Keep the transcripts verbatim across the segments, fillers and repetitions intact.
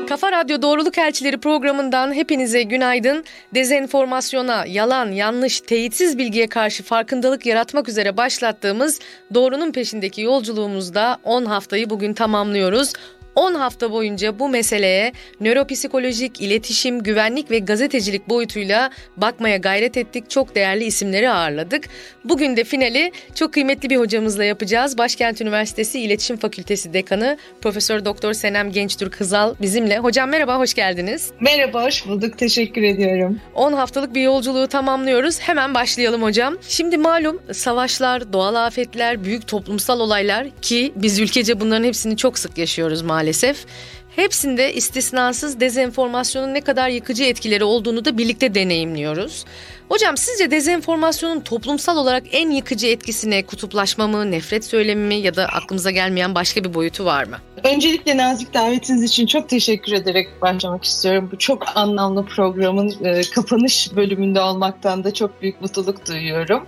Kafa Radyo Doğruluk Elçileri programından hepinize günaydın. Dezenformasyona, yalan, yanlış, teyitsiz bilgiye karşı farkındalık yaratmak üzere başlattığımız Doğrunun Peşindeki yolculuğumuzda on haftayı bugün tamamlıyoruz. on hafta boyunca bu meseleye nöropsikolojik, iletişim, güvenlik ve gazetecilik boyutuyla bakmaya gayret ettik. Çok değerli isimleri ağırladık. Bugün de finali çok kıymetli bir hocamızla yapacağız. Başkent Üniversitesi İletişim Fakültesi Dekanı Profesör Doktor Senem Gençtürk Hızal bizimle. Hocam merhaba, hoş geldiniz. Merhaba, hoş bulduk. Teşekkür ediyorum. on haftalık bir yolculuğu tamamlıyoruz. Hemen başlayalım hocam. Şimdi malum savaşlar, doğal afetler, büyük toplumsal olaylar ki biz ülkece bunların hepsini çok sık yaşıyoruz maalesef. Maalesef hepsinde istisnasız dezenformasyonun ne kadar yıkıcı etkileri olduğunu da birlikte deneyimliyoruz. Hocam sizce dezenformasyonun toplumsal olarak en yıkıcı etkisine kutuplaşma mı, nefret söylemi mi ya da aklımıza gelmeyen başka bir boyutu var mı? Öncelikle nazik davetiniz için çok teşekkür ederek başlamak istiyorum. Bu çok anlamlı programın e, kapanış bölümünde olmaktan da çok büyük mutluluk duyuyorum.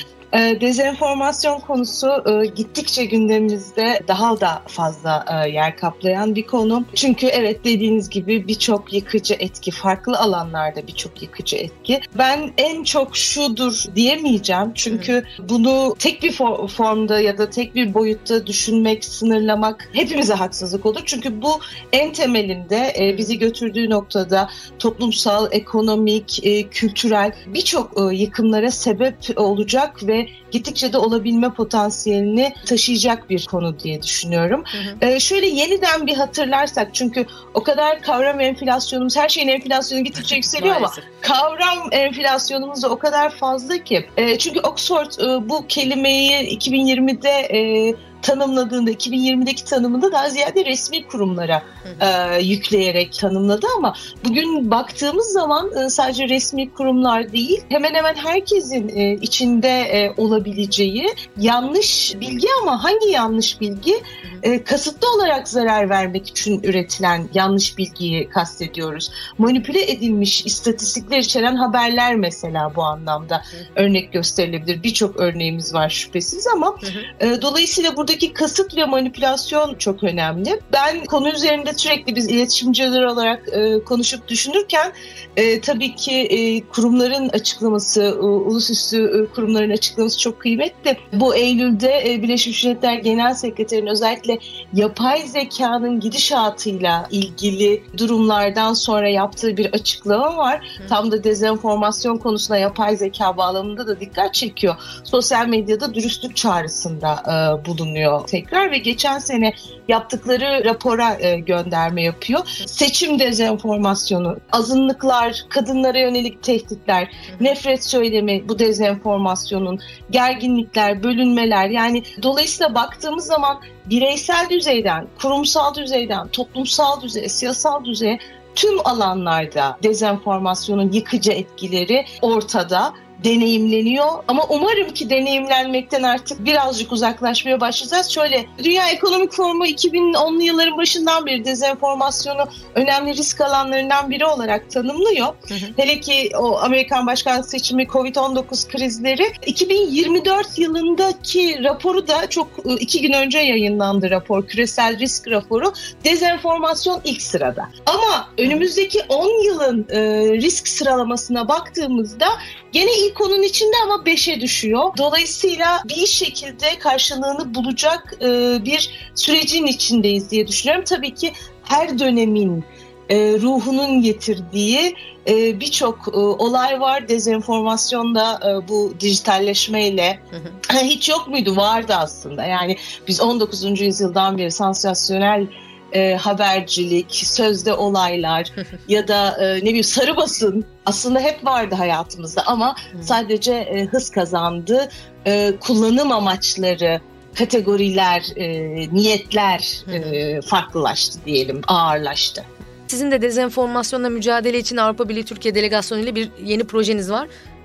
Dezenformasyon konusu gittikçe gündemimizde daha da fazla yer kaplayan bir konu. Çünkü evet dediğiniz gibi birçok yıkıcı etki, farklı alanlarda birçok yıkıcı etki. Ben en çok şudur diyemeyeceğim. Çünkü bunu tek bir formda ya da tek bir boyutta düşünmek, sınırlamak hepimize haksızlık olur. Çünkü bu en temelinde bizi götürdüğü noktada toplumsal, ekonomik, kültürel birçok yıkımlara sebep olacak ve gittikçe de olabilme potansiyelini taşıyacak bir konu diye düşünüyorum. Hı hı. Ee, şöyle yeniden bir hatırlarsak, çünkü o kadar kavram enflasyonumuz, her şeyin enflasyonu gittikçe yükseliyor ama kavram enflasyonumuz da o kadar fazla ki. E, çünkü Oxford e, bu kelimeyi iki bin yirmide e, tanımladığında, iki bin yirmideki tanımında daha ziyade resmi kurumlara e, yükleyerek tanımladı ama bugün baktığımız zaman e, sadece resmi kurumlar değil, hemen hemen herkesin e, içinde e, olabileceği yanlış bilgi, ama hangi yanlış bilgi? E, kasıtlı olarak zarar vermek için üretilen yanlış bilgiyi kastediyoruz. Manipüle edilmiş istatistikler içeren haberler mesela bu anlamda örnek gösterilebilir. Birçok örneğimiz var şüphesiz ama e, dolayısıyla burada buradaki kasıt ve manipülasyon çok önemli. Ben konu üzerinde sürekli biz iletişimciler olarak e, konuşup düşünürken e, tabii ki e, kurumların açıklaması, e, ulusüstü e, kurumların açıklaması çok kıymetli. Bu Eylül'de e, Birleşmiş Milletler Genel Sekreterinin özellikle yapay zekanın gidişatıyla ilgili durumlardan sonra yaptığı bir açıklama var. Hı. Tam da dezenformasyon konusuna yapay zeka bağlamında da dikkat çekiyor. Sosyal medyada dürüstlük çağrısında e, bulunuyor tekrar ve geçen sene yaptıkları rapora e, gönderme yapıyor. Seçim dezenformasyonu, azınlıklar, kadınlara yönelik tehditler, nefret söylemi bu dezenformasyonun, gerginlikler, bölünmeler, yani dolayısıyla baktığımız zaman bireysel düzeyden, kurumsal düzeyden, toplumsal düzeye, siyasal düzeye tüm alanlarda dezenformasyonun yıkıcı etkileri ortada, deneyimleniyor ama umarım ki deneyimlenmekten artık birazcık uzaklaşmaya başlayacağız. Şöyle, Dünya Ekonomik Forumu iki bin onlu yılların başından beri dezenformasyonu önemli risk alanlarından biri olarak tanımlıyor. Hı hı. Hele ki o Amerikan başkanlık seçimi, kovid on dokuz krizleri. iki bin yirmi dört yılındaki raporu da çok iki gün önce yayınlandı rapor. Küresel risk raporu. Dezenformasyon ilk sırada. Ama önümüzdeki on yılın e, risk sıralamasına baktığımızda gene ilk onun içinde ama beşe düşüyor. Dolayısıyla bir şekilde karşılığını bulacak e, bir sürecin içindeyiz diye düşünüyorum. Tabii ki her dönemin e, ruhunun getirdiği e, birçok e, olay var. Dezenformasyonda e, bu dijitalleşmeyle hı hı. hiç yok muydu? Vardı aslında. Yani biz on dokuzuncu yüzyıldan beri sansasyonel E, habercilik, sözde olaylar ya da e, ne bileyim sarı basın aslında hep vardı hayatımızda ama sadece e, hız kazandı. E, kullanım amaçları, kategoriler, e, niyetler e, farklılaştı diyelim, ağırlaştı. Sizin de dezenformasyonla mücadele için Avrupa Birliği Türkiye Delegasyonu ile bir yeni projeniz var.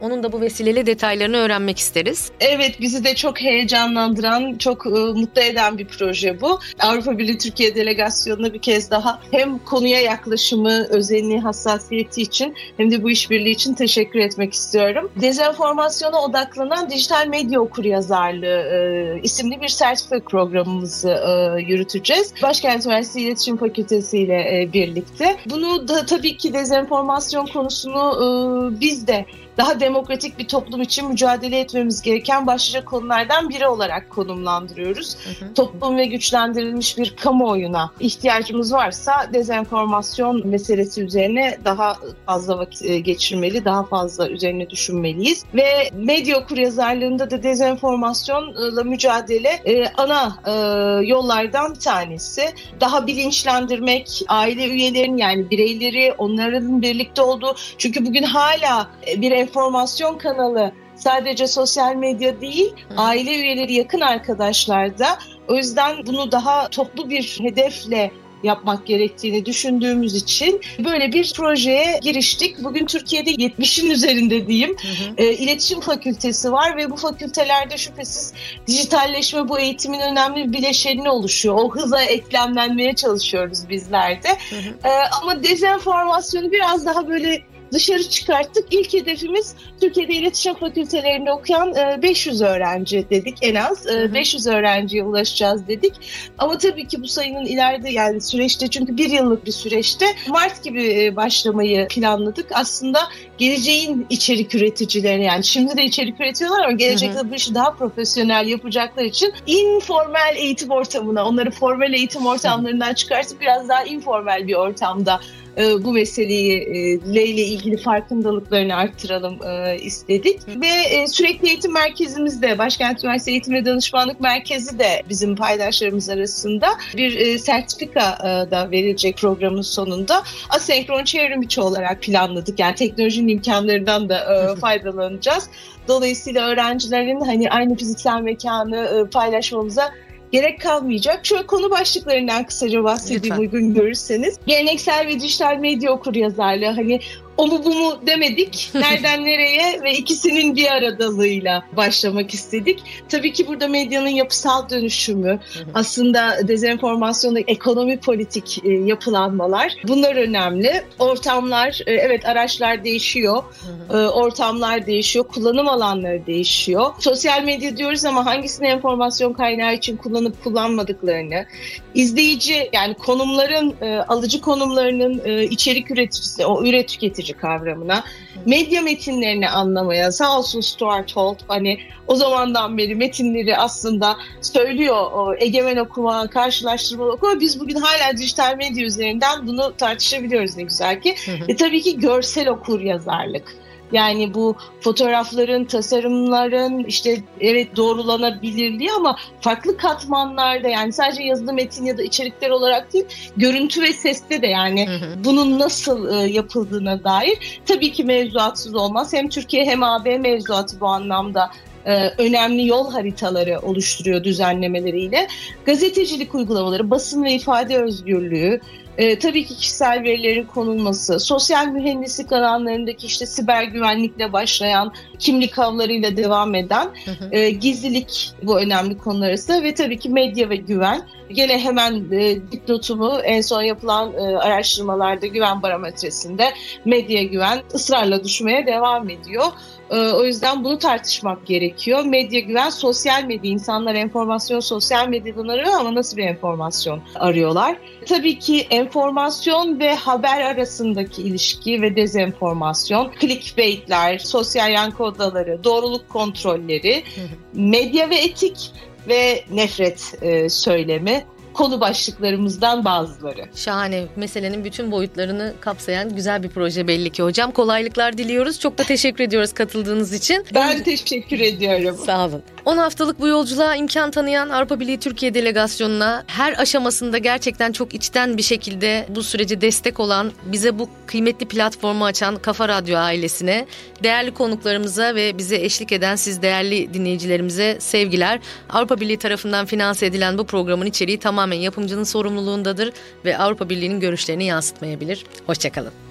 Onun da bu vesileyle detaylarını öğrenmek isteriz. Evet, bizi de çok heyecanlandıran, çok e, mutlu eden bir proje bu. Avrupa Birliği Türkiye Delegasyonu'na bir kez daha hem konuya yaklaşımı, özenli, hassasiyeti için hem de bu işbirliği için teşekkür etmek istiyorum. Dezenformasyona odaklanan dijital medya okuryazarlığı e, isimli bir sertifika programımızı e, yürüteceğiz. Başkent Üniversitesi İletişim Fakültesi ile e, birlikte. Bunu da tabii ki dezenformasyon konusunu e, biz de daha demokratik bir toplum için mücadele etmemiz gereken başlıca konulardan biri olarak konumlandırıyoruz. Hı hı. Toplum ve güçlendirilmiş bir kamuoyuna ihtiyacımız varsa dezenformasyon meselesi üzerine daha fazla vakit geçirmeli, daha fazla üzerine düşünmeliyiz. Ve medya okuryazarlığında da dezenformasyonla mücadele ana yollardan bir tanesi. Daha bilinçlendirmek, aile üyelerini yani bireyleri, onların birlikte olduğu, çünkü bugün hala bir enformasyon kanalı sadece sosyal medya değil, Hı. aile üyeleri, yakın arkadaşlar da. O yüzden bunu daha toplu bir hedefle yapmak gerektiğini düşündüğümüz için böyle bir projeye giriştik. Bugün Türkiye'de yetmişin üzerinde diyeyim hı hı. E, iletişim fakültesi var ve bu fakültelerde şüphesiz dijitalleşme bu eğitimin önemli bir bileşenini oluşuyor. O hıza eklemlenmeye çalışıyoruz bizler de. Hı hı. E, ama dezenformasyonu biraz daha böyle dışarı çıkarttık. İlk hedefimiz Türkiye'de iletişim fakültelerinde okuyan beş yüz öğrenci dedik en az. Hı hı. beş yüz öğrenciye ulaşacağız dedik. Ama tabii ki bu sayının ileride yani süreçte, çünkü bir yıllık bir süreçte Mart gibi başlamayı planladık. Aslında geleceğin içerik üreticileri, yani şimdi de içerik üretiyorlar ama gelecekte hı hı. bu işi daha profesyonel yapacaklar için informal eğitim ortamına, onları formal eğitim ortamlarından çıkartıp biraz daha informal bir ortamda bu meseleyle ilgili farkındalıklarını arttıralım istedik. Ve sürekli eğitim merkezimiz de, Başkent Üniversitesi Eğitim ve Danışmanlık Merkezi de bizim paydaşlarımız arasında. Bir sertifika da verilecek programın sonunda. Asenkron çevrimiçi olarak planladık. Yani teknolojinin imkanlarından da faydalanacağız. Dolayısıyla öğrencilerin hani aynı fiziksel mekanı paylaşmamıza gerek kalmayacak. Şöyle konu başlıklarından kısaca bahsedeyim Lütfen. Uygun görürseniz. Geleneksel ve dijital medya okuryazarlığı, hani o mu bu mu demedik. Nereden nereye ve ikisinin bir aradalığıyla başlamak istedik. Tabii ki burada medyanın yapısal dönüşümü, aslında dezenformasyonda ekonomi politik e, yapılanmalar, bunlar önemli. Ortamlar, e, evet araçlar değişiyor, e, ortamlar değişiyor, kullanım alanları değişiyor. Sosyal medya diyoruz ama hangisini enformasyon kaynağı için kullanıp kullanmadıklarını, izleyici yani konumların, e, alıcı konumlarının e, içerik üreticisi, o üret tüketici kavramına, medya metinlerini anlamaya, sağ olsun Stuart Holt hani o zamandan beri metinleri aslında söylüyor, o egemen okuma, karşılaştırmalı okuma. Biz bugün hala dijital medya üzerinden bunu tartışabiliyoruz, ne güzel ki. Hı hı. E, tabii ki görsel okuryazarlık. Yani bu fotoğrafların, tasarımların işte evet doğrulanabilirliği ama farklı katmanlarda, yani sadece yazılı metin ya da içerikler olarak değil, görüntü ve seste de yani hı hı. bunun nasıl e, yapıldığına dair tabii ki mevzuatsız olmaz. Hem Türkiye hem A B mevzuatı bu anlamda Ee, önemli yol haritaları oluşturuyor düzenlemeleriyle. Gazetecilik uygulamaları, basın ve ifade özgürlüğü, e, tabii ki kişisel verilerin konulması, sosyal mühendislik alanlarındaki işte siber güvenlikle başlayan, kimlik avlarıyla devam eden hı hı. E, gizlilik bu önemli konular arasında ve tabii ki medya ve güven. Gene hemen e, dipnotumu en son yapılan e, araştırmalarda güven barometresinde medya güven ısrarla düşmeye devam ediyor. O yüzden bunu tartışmak gerekiyor. Medya güven, sosyal medya. İnsanlar enformasyon sosyal medyadan arıyor ama nasıl bir enformasyon arıyorlar? Tabii ki enformasyon ve haber arasındaki ilişki ve dezenformasyon, clickbaitler, sosyal yankı odaları, doğruluk kontrolleri, medya ve etik ve nefret e, söylemi. Konu başlıklarımızdan bazıları. Şahane. Meselenin bütün boyutlarını kapsayan güzel bir proje belli ki hocam. Kolaylıklar diliyoruz. Çok da teşekkür ediyoruz katıldığınız için. Ben teşekkür ediyorum. Sağ olun. on haftalık bu yolculuğa imkan tanıyan Avrupa Birliği Türkiye Delegasyonu'na her aşamasında gerçekten çok içten bir şekilde bu sürece destek olan, bize bu kıymetli platformu açan Kafa Radyo ailesine, değerli konuklarımıza ve bize eşlik eden siz değerli dinleyicilerimize sevgiler. Avrupa Birliği tarafından finanse edilen bu programın içeriği tamamen yapımcının sorumluluğundadır ve Avrupa Birliği'nin görüşlerini yansıtmayabilir. Hoşçakalın.